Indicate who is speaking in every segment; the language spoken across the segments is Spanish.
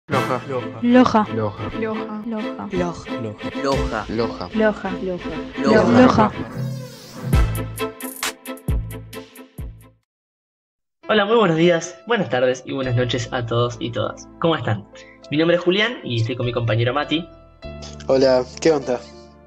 Speaker 1: Loja.
Speaker 2: Loja.
Speaker 1: Loja.
Speaker 2: Loja.
Speaker 3: Loja.
Speaker 1: Loja.
Speaker 2: Loja.
Speaker 1: Loja.
Speaker 2: Loja.
Speaker 4: Hola, muy buenos días, buenas tardes y buenas noches a todos y todas. ¿Cómo están? Mi nombre es Julián y estoy con mi compañero Mati.
Speaker 5: Hola, ¿qué onda?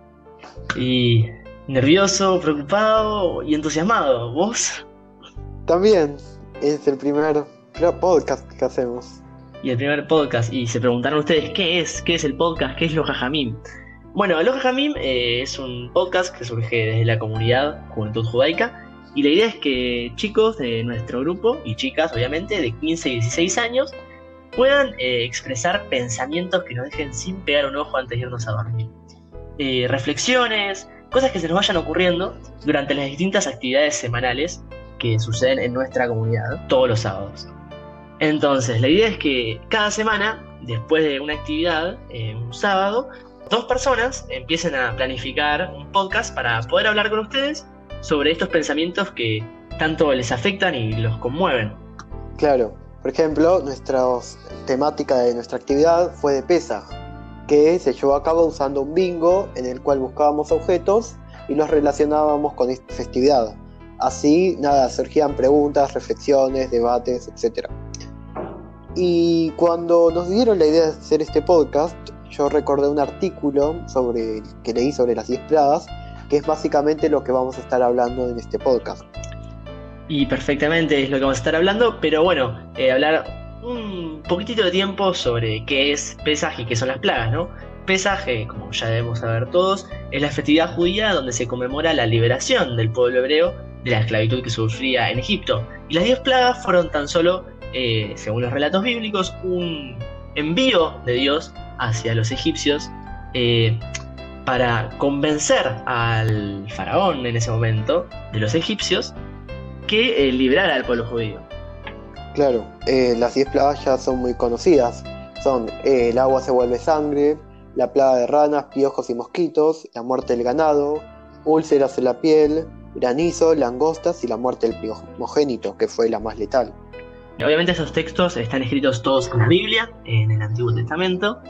Speaker 4: Y nervioso, preocupado y entusiasmado. ¿Vos?
Speaker 5: También es el primer podcast que hacemos.
Speaker 4: Y el primer podcast. Y se preguntaron ustedes, ¿qué es? ¿Qué es el podcast? ¿Qué es Loja Jamim? Bueno, Loja Jamim es un podcast que surge desde la comunidad Juventud Judaica. Y la idea es que chicos de nuestro grupo, y chicas obviamente, de 15 y 16 años, puedan expresar pensamientos que nos dejen sin pegar un ojo antes de irnos a dormir. Reflexiones, cosas que se nos vayan ocurriendo durante las distintas actividades semanales que suceden en nuestra comunidad todos los sábados. Entonces, la idea es que cada semana, después de una actividad, un sábado, 2 personas empiecen a planificar un podcast para poder hablar con ustedes sobre estos pensamientos que tanto les afectan y los conmueven.
Speaker 5: Claro, por ejemplo, nuestra temática de nuestra actividad fue de Pesaj, que se llevó a cabo usando un bingo en el cual buscábamos objetos y los relacionábamos con esta festividad. Así, surgían preguntas, reflexiones, debates, etc. Y cuando nos dieron la idea de hacer este podcast, yo recordé un artículo que leí sobre las 10 plagas, que es básicamente lo que vamos a estar hablando en este podcast.
Speaker 4: Y perfectamente es lo que vamos a estar hablando, pero bueno, hablar un poquitito de tiempo sobre qué es Pesaj y qué son las plagas, ¿no? Pesaj, como ya debemos saber todos, es la festividad judía donde se conmemora la liberación del pueblo hebreo de la esclavitud que sufría en Egipto. Y las 10 plagas fueron tan solo, según los relatos bíblicos, un envío de Dios hacia los egipcios para convencer al faraón en ese momento de los egipcios que liberara al pueblo judío.
Speaker 5: Claro, las 10 plagas ya son muy conocidas. Son el agua se vuelve sangre, la plaga de ranas, piojos y mosquitos, la muerte del ganado, úlceras en la piel, granizo, langostas y la muerte del primogénito, que fue la más letal.
Speaker 4: Obviamente esos textos están escritos todos en la Biblia, en el Antiguo Testamento,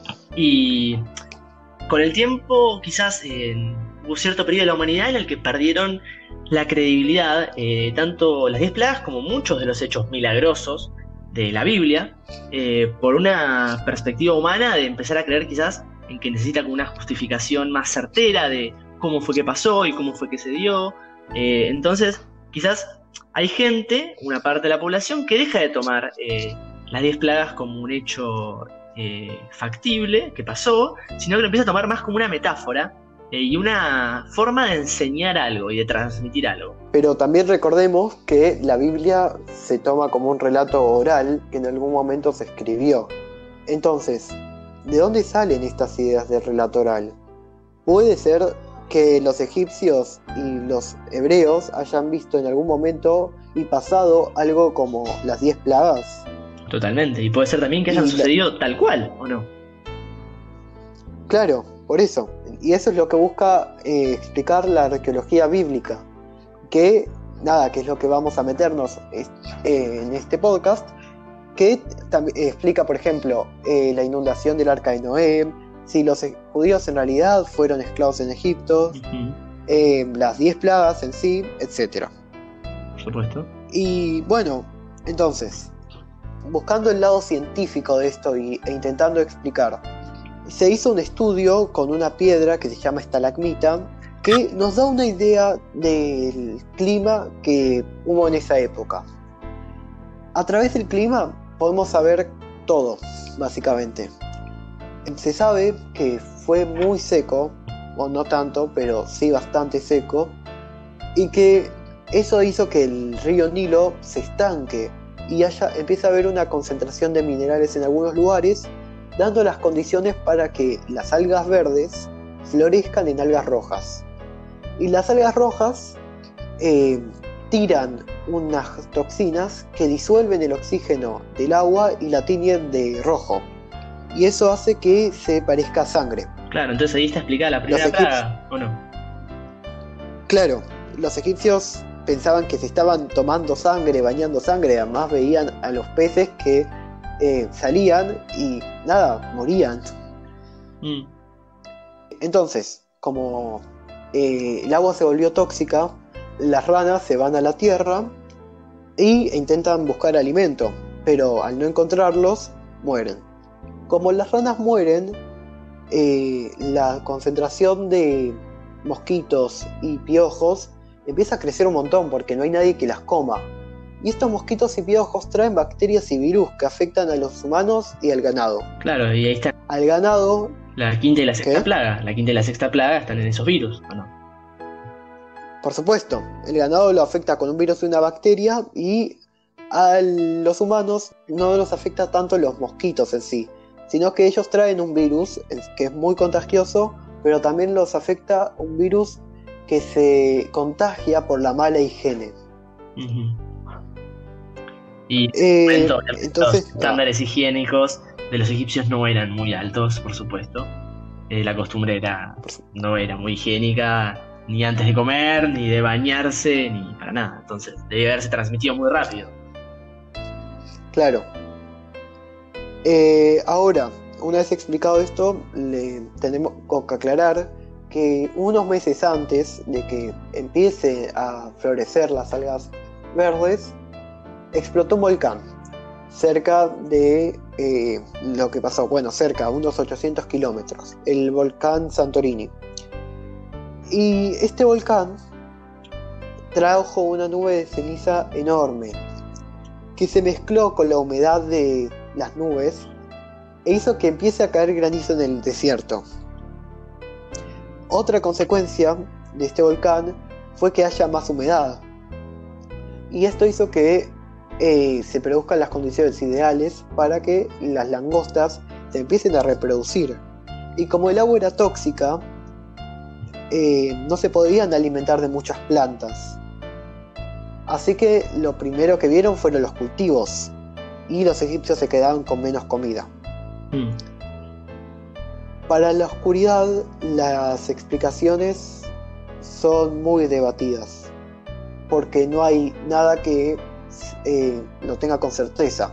Speaker 4: y con el tiempo quizás hubo cierto periodo de la humanidad en el que perdieron la credibilidad tanto las 10 plagas como muchos de los hechos milagrosos de la Biblia, por una perspectiva humana de empezar a creer quizás en que necesita como una justificación más certera de cómo fue que pasó y cómo fue que se dio. Entonces quizás hay gente, una parte de la población, que deja de tomar las 10 plagas como un hecho factible que pasó, sino que lo empieza a tomar más como una metáfora y una forma de enseñar algo y de transmitir algo.
Speaker 5: Pero también recordemos que la Biblia se toma como un relato oral que en algún momento se escribió. Entonces, ¿de dónde salen estas ideas del relato oral? Puede ser que los egipcios y los hebreos hayan visto en algún momento y pasado algo como las 10 plagas.
Speaker 4: Totalmente, y puede ser también que hayan sucedido tal cual, ¿o no?
Speaker 5: Claro, por eso. Y eso es lo que busca explicar la arqueología bíblica. Que es lo que vamos a meternos en este podcast. Que explica, por ejemplo, la inundación del arca de Noé, si los judíos en realidad fueron esclavos en Egipto, las 10 plagas en sí, etc.
Speaker 4: Por supuesto.
Speaker 5: Y bueno, entonces, buscando el lado científico de esto e intentando explicar, se hizo un estudio con una piedra que se llama estalagmita, que nos da una idea del clima que hubo en esa época. A través del clima podemos saber todo, básicamente. Se sabe que fue muy seco, o no tanto, pero sí bastante seco, y que eso hizo que el río Nilo se estanque y empieza a haber una concentración de minerales en algunos lugares, dando las condiciones para que las algas verdes florezcan en algas rojas. Y las algas rojas tiran unas toxinas que disuelven el oxígeno del agua y la tiñen de rojo. Y eso hace que se parezca a sangre.
Speaker 4: Claro, entonces ahí está explicada la primera plaga, ¿o no?
Speaker 5: Claro, los egipcios pensaban que se estaban tomando sangre, bañando sangre, además veían a los peces que salían y nada, morían.
Speaker 4: Mm.
Speaker 5: Entonces, como el agua se volvió tóxica, las ranas se van a la tierra e intentan buscar alimento, pero al no encontrarlos, mueren. Como las ranas mueren, la concentración de mosquitos y piojos empieza a crecer un montón porque no hay nadie que las coma. Y estos mosquitos y piojos traen bacterias y virus que afectan a los humanos y al ganado.
Speaker 4: Claro, y ahí está
Speaker 5: Al ganado,
Speaker 4: la quinta y la sexta
Speaker 5: ¿qué?
Speaker 4: plaga. La quinta y la sexta plaga están en esos virus, ¿o no?
Speaker 5: Por supuesto, el ganado lo afecta con un virus y una bacteria, y a los humanos no los afecta tanto los mosquitos en sí, sino que ellos traen un virus que es muy contagioso, pero también los afecta un virus que se contagia por la mala higiene.
Speaker 4: Ujú. Y
Speaker 5: Entonces,
Speaker 4: los estándares higiénicos de los egipcios no eran muy altos, por supuesto. La costumbre no era muy higiénica, ni antes de comer, ni de bañarse, ni para nada. Entonces, debe haberse transmitido muy rápido.
Speaker 5: claro. Ahora, una vez explicado esto, le tenemos que aclarar que unos meses antes de que empiece a florecer las algas verdes, explotó un volcán cerca de lo que pasó, cerca, a unos 800 kilómetros, el volcán Santorini. Y este volcán trajo una nube de ceniza enorme que se mezcló con la humedad de las nubes e hizo que empiece a caer granizo en el desierto. Otra consecuencia de este volcán fue que haya más humedad, y esto hizo que se produzcan las condiciones ideales para que las langostas se empiecen a reproducir. Y como el agua era tóxica, no se podían alimentar de muchas plantas. Así que lo primero que vieron fueron los cultivos, y los egipcios se quedaban con menos comida.
Speaker 4: Mm.
Speaker 5: Para la oscuridad, las explicaciones son muy debatidas, porque no hay nada que lo tenga con certeza.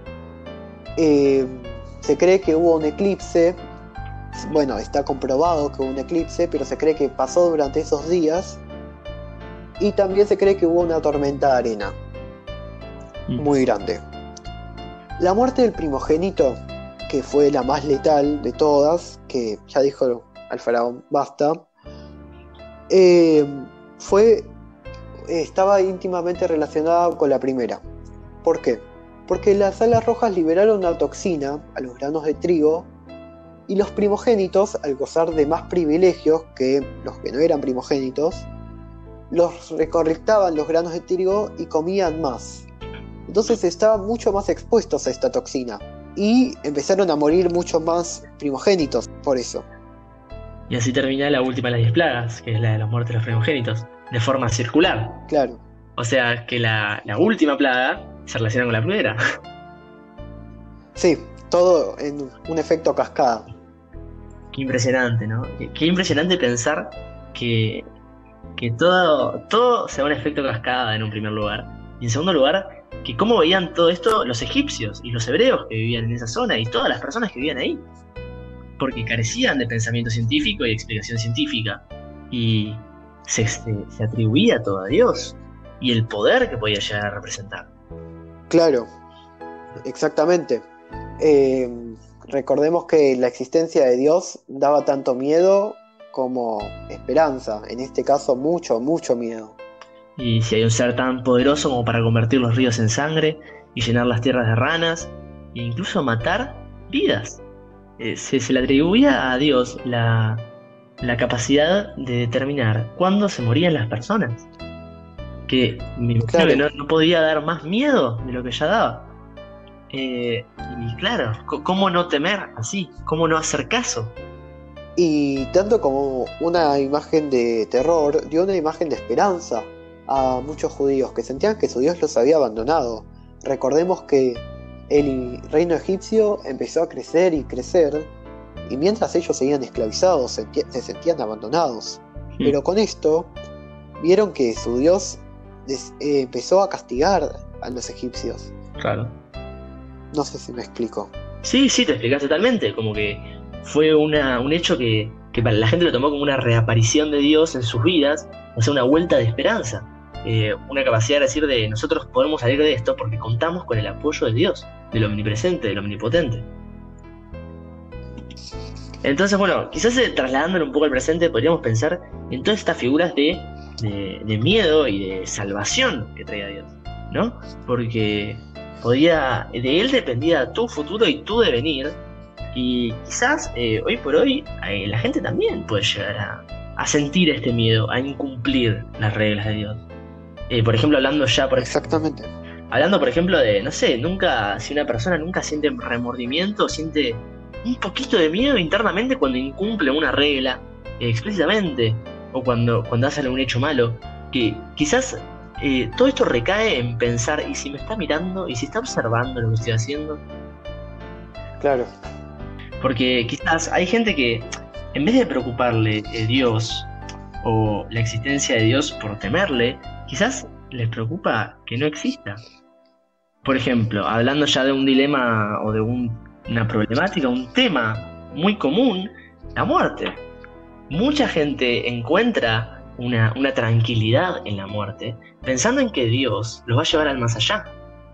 Speaker 5: Se cree que hubo un eclipse. Bueno, está comprobado que hubo un eclipse, pero se cree que pasó durante esos días. Y también se cree que hubo una tormenta de arena muy grande. La muerte del primogénito, que fue la más letal de todas, que ya dijo al faraón basta, estaba íntimamente relacionada con la primera. ¿Por qué? Porque las alas rojas liberaron una toxina a los granos de trigo, y los primogénitos, al gozar de más privilegios que los que no eran primogénitos, los recolectaban los granos de trigo y comían más. Entonces estaban mucho más expuestos a esta toxina, y empezaron a morir mucho más primogénitos por eso.
Speaker 4: Y así termina la última de las 10 plagas, que es la de la muerte de los primogénitos, de forma circular.
Speaker 5: Claro.
Speaker 4: O sea que la última plaga se relaciona con la primera.
Speaker 5: Sí, todo en un efecto cascada.
Speaker 4: Qué impresionante, ¿no? Qué impresionante pensar que todo sea un efecto cascada en un primer lugar. Y en segundo lugar, que cómo veían todo esto los egipcios y los hebreos que vivían en esa zona y todas las personas que vivían ahí. Porque carecían de pensamiento científico y explicación científica. Y se atribuía todo a Dios y el poder que podía llegar a representar.
Speaker 5: Claro, exactamente. Recordemos que la existencia de Dios daba tanto miedo como esperanza. En este caso, mucho, mucho miedo.
Speaker 4: Y si hay un ser tan poderoso como para convertir los ríos en sangre y llenar las tierras de ranas, e incluso matar vidas, se le atribuía a Dios la capacidad de determinar cuándo se morían las personas. Que me imagino que no podía dar más miedo de lo que ya daba. Y claro, ¿cómo no temer así? ¿Cómo no hacer caso?
Speaker 5: Y tanto como una imagen de terror, dio una imagen de esperanza a muchos judíos que sentían que su Dios los había abandonado. Recordemos que el reino egipcio empezó a crecer y crecer, y mientras ellos seguían esclavizados, se sentían abandonados. Pero con esto, vieron que su Dios empezó a castigar a los egipcios.
Speaker 4: Claro.
Speaker 5: No sé si me explico.
Speaker 4: Sí, sí, te explicás totalmente. Como que fue un hecho que para la gente lo tomó como una reaparición de Dios en sus vidas, o sea, una vuelta de esperanza. Una capacidad de decir de nosotros podemos salir de esto porque contamos con el apoyo de Dios, del omnipresente, del omnipotente. Entonces, bueno, quizás trasladándolo un poco al presente, podríamos pensar en todas estas figuras de miedo y de salvación que traía Dios, ¿no? Porque de él dependía tu futuro y tu devenir, y quizás hoy por hoy la gente también puede llegar a sentir este miedo, a incumplir las reglas de Dios. Por ejemplo,
Speaker 5: Exactamente.
Speaker 4: Hablando, por ejemplo, de, no sé, si una persona nunca siente remordimiento, siente un poquito de miedo internamente cuando incumple una regla explícitamente, o cuando hace algún hecho malo, que quizás todo esto recae en pensar, ¿y si me está mirando? ¿Y si está observando lo que estoy haciendo?
Speaker 5: Claro.
Speaker 4: Porque quizás hay gente que, en vez de preocuparle Dios o la existencia de Dios por temerle, quizás les preocupa que no exista. Por ejemplo, hablando ya de un dilema o de una problemática, un tema muy común, la muerte. Mucha gente encuentra una tranquilidad en la muerte, pensando en que Dios los va a llevar al más allá.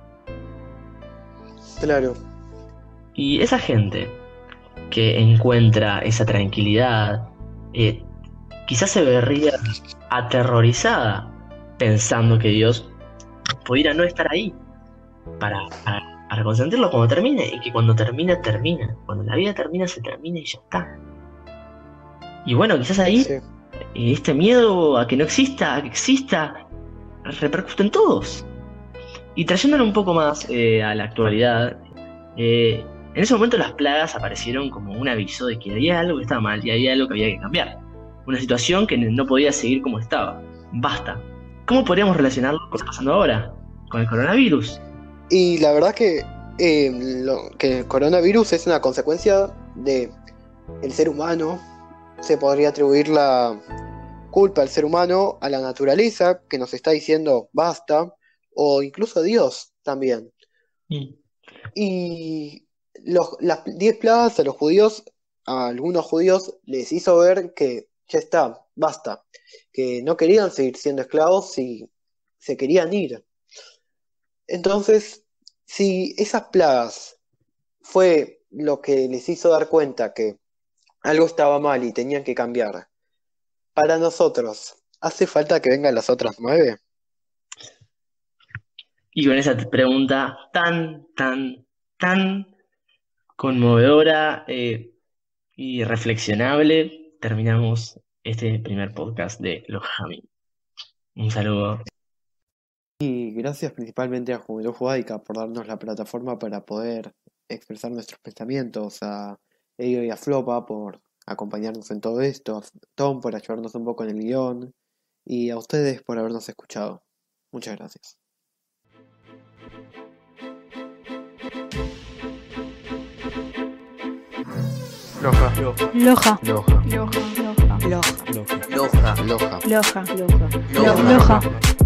Speaker 5: Claro.
Speaker 4: Y esa gente que encuentra esa tranquilidad, quizás se vería aterrorizada pensando que Dios pudiera no estar ahí para consentirlo cuando termine, y que cuando termina, termina. Cuando la vida termina, se termina y ya está. Y bueno, quizás ahí
Speaker 5: Sí.
Speaker 4: este miedo a que no exista, a que exista, repercute en todos. Y trayéndolo un poco más a la actualidad, en ese momento las plagas aparecieron como un aviso de que había algo que estaba mal y había algo que había que cambiar. Una situación que no podía seguir como estaba. Basta. ¿Cómo podríamos relacionarlo con lo que está pasando ahora? Con el coronavirus.
Speaker 5: Y la verdad que el coronavirus es una consecuencia de el ser humano. Se podría atribuir la culpa al ser humano, a la naturaleza, que nos está diciendo basta, o incluso a Dios también. Y las 10 plagas a algunos judíos les hizo ver que ya está, basta, que no querían seguir siendo esclavos y se querían ir. Entonces, si esas plagas fue lo que les hizo dar cuenta que algo estaba mal y tenían que cambiar, para nosotros, ¿hace falta que vengan las otras 9?
Speaker 4: Y con esa pregunta tan conmovedora y reflexionable, terminamos este primer podcast de Los Jamin. Un saludo.
Speaker 5: Y gracias principalmente a Juventud Judaica por darnos la plataforma para poder expresar nuestros pensamientos, a ello y a Flopa por acompañarnos en todo esto, a Tom por ayudarnos un poco en el guión, y a ustedes por habernos escuchado. Muchas gracias.
Speaker 1: Loja.
Speaker 2: Loja.
Speaker 1: Loja.
Speaker 2: Loja.
Speaker 1: Loja.
Speaker 2: Loja.
Speaker 1: Loja.
Speaker 2: Loja.
Speaker 1: Loja.
Speaker 2: Loja.